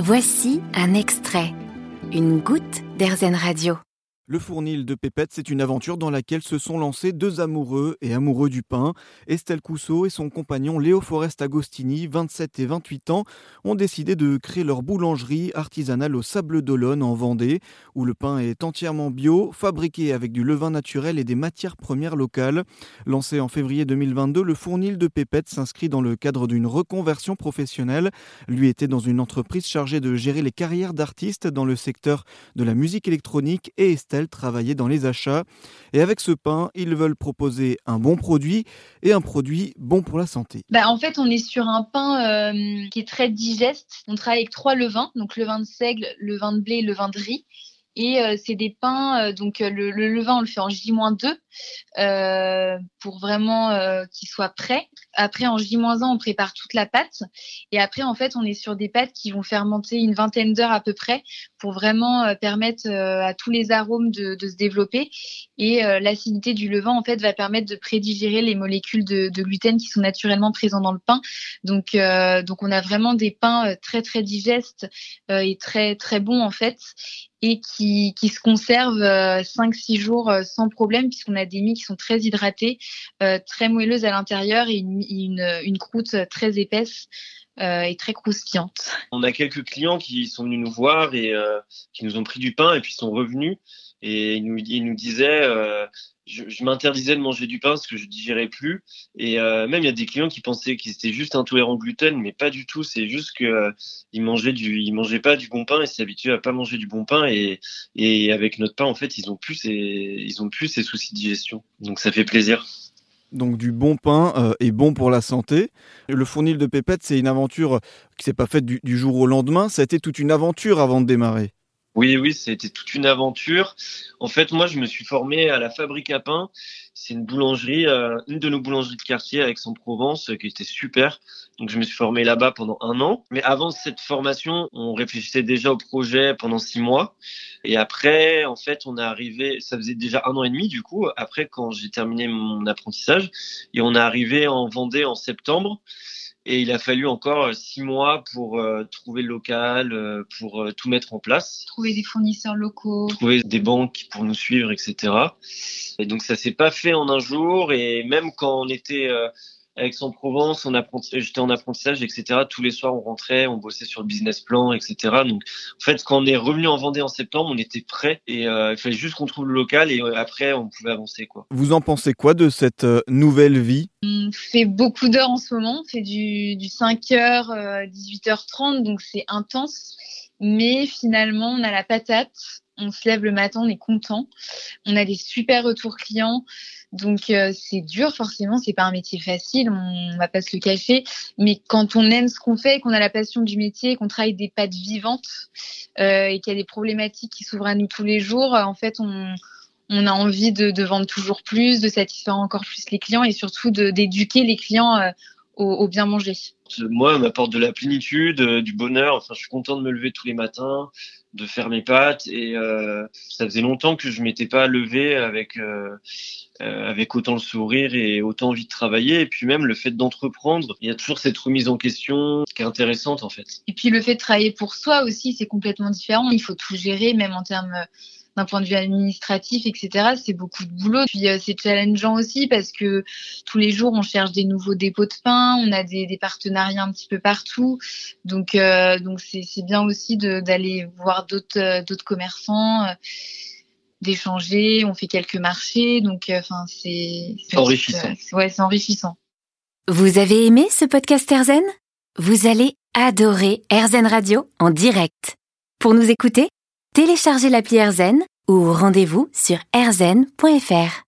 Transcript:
Voici un extrait, une goutte d'Airzen Radio. Le Fournil de Pépette, c'est une aventure dans laquelle se sont lancés deux amoureux et amoureux du pain. Estelle Cousseau et son compagnon Léo Forest Agostini, 27 et 28 ans, ont décidé de créer leur boulangerie artisanale au Sable d'Olonne en Vendée, où le pain est entièrement bio, fabriqué avec du levain naturel et des matières premières locales. Lancé en février 2022, le Fournil de Pépette s'inscrit dans le cadre d'une reconversion professionnelle. Lui était dans une entreprise chargée de gérer les carrières d'artistes dans le secteur de la musique électronique et Estelle travailler dans les achats. Et avec ce pain, ils veulent proposer un bon produit et un produit bon pour la santé. En fait, on est sur un pain qui est très digeste. On travaille avec 3 levains, donc le vin de seigle, le vin de blé et le vin de riz. Et c'est des pains, le levain, on le fait en J-2 pour vraiment qu'il soit prêt. Après, en J-1, on prépare toute la pâte. Et après, en fait, on est sur des pâtes qui vont fermenter une vingtaine d'heures à peu près pour vraiment permettre à tous les arômes de se développer. Et l'acidité du levain, en fait, va permettre de prédigérer les molécules de gluten qui sont naturellement présentes dans le pain. Donc on a vraiment des pains très, très digestes et très, très bons, en fait, et qui se conservent 5-6 jours sans problème, puisqu'on a des mie qui sont très hydratées, très moelleuses à l'intérieur et une croûte très épaisse et très croustillante. On a quelques clients qui sont venus nous voir et qui nous ont pris du pain et puis sont revenus et ils nous disaient je m'interdisais de manger du pain parce que je digérais plus et même il y a des clients qui pensaient qu'ils étaient juste intolérants au gluten, mais pas du tout. C'est juste que ils mangeaient pas du bon pain et s'habituaient à pas manger du bon pain et avec notre pain en fait ils ont plus ces soucis de digestion, donc ça fait plaisir. Donc du bon pain est bon pour la santé. Le Fournil de Pépette, c'est une aventure qui s'est pas faite du jour au lendemain. Ça a été toute une aventure avant de démarrer. Oui, ça a été toute une aventure. En fait, moi, je me suis formé à la Fabrique à Pain. C'est une boulangerie, une de nos boulangeries de quartier à Aix-en-Provence, qui était super. Donc, je me suis formé là-bas pendant 1 an. Mais avant cette formation, on réfléchissait déjà au projet pendant 6 mois. Et après, en fait, on est arrivé, ça faisait déjà 1 an et demi, du coup, après, quand j'ai terminé mon apprentissage. Et on est arrivé en Vendée en septembre. Et il a fallu encore 6 mois pour trouver le local, pour tout mettre en place. Trouver des fournisseurs locaux. Trouver des banques pour nous suivre, etc. Et donc ça s'est pas fait en un jour. Et même quand on était à Aix-en-Provence, j'étais en apprentissage, etc. Tous les soirs, on rentrait, on bossait sur le business plan, etc. Donc en fait, quand on est revenu en Vendée en septembre, on était prêts. Et il fallait juste qu'on trouve le local et après, on pouvait avancer, quoi. Vous en pensez quoi de cette nouvelle vie ? On fait beaucoup d'heures en ce moment, on fait du 5h, 18h30, donc c'est intense. Mais finalement, on a la patate, on se lève le matin, on est content. On a des super retours clients, donc c'est dur forcément, c'est pas un métier facile, on va pas se le cacher. Mais quand on aime ce qu'on fait, qu'on a la passion du métier, qu'on travaille des pâtes vivantes et qu'il y a des problématiques qui s'ouvrent à nous tous les jours, en fait, on a envie de vendre toujours plus, de satisfaire encore plus les clients et surtout d'éduquer les clients au bien manger. Moi, elle m'apporte de la plénitude, du bonheur. Enfin, je suis content de me lever tous les matins, de faire mes pâtes. Et ça faisait longtemps que je m'étais pas levé avec autant le sourire et autant envie de travailler. Et puis même le fait d'entreprendre, il y a toujours cette remise en question qui est intéressante en fait. Et puis le fait de travailler pour soi aussi, c'est complètement différent. Il faut tout gérer, même en termes d'un point de vue administratif, etc. C'est beaucoup de boulot. Puis c'est challengeant aussi parce que tous les jours, on cherche des nouveaux dépôts de pain, on a des partenariats un petit peu partout. Donc c'est bien aussi d'aller voir d'autres commerçants, d'échanger. On fait quelques marchés, donc c'est enrichissant. C'est enrichissant. Vous avez aimé ce podcast Airzen ? Vous allez adorer Airzen Radio en direct. Pour nous écouter, téléchargez l'appli Airzen ou rendez-vous sur airzen.fr.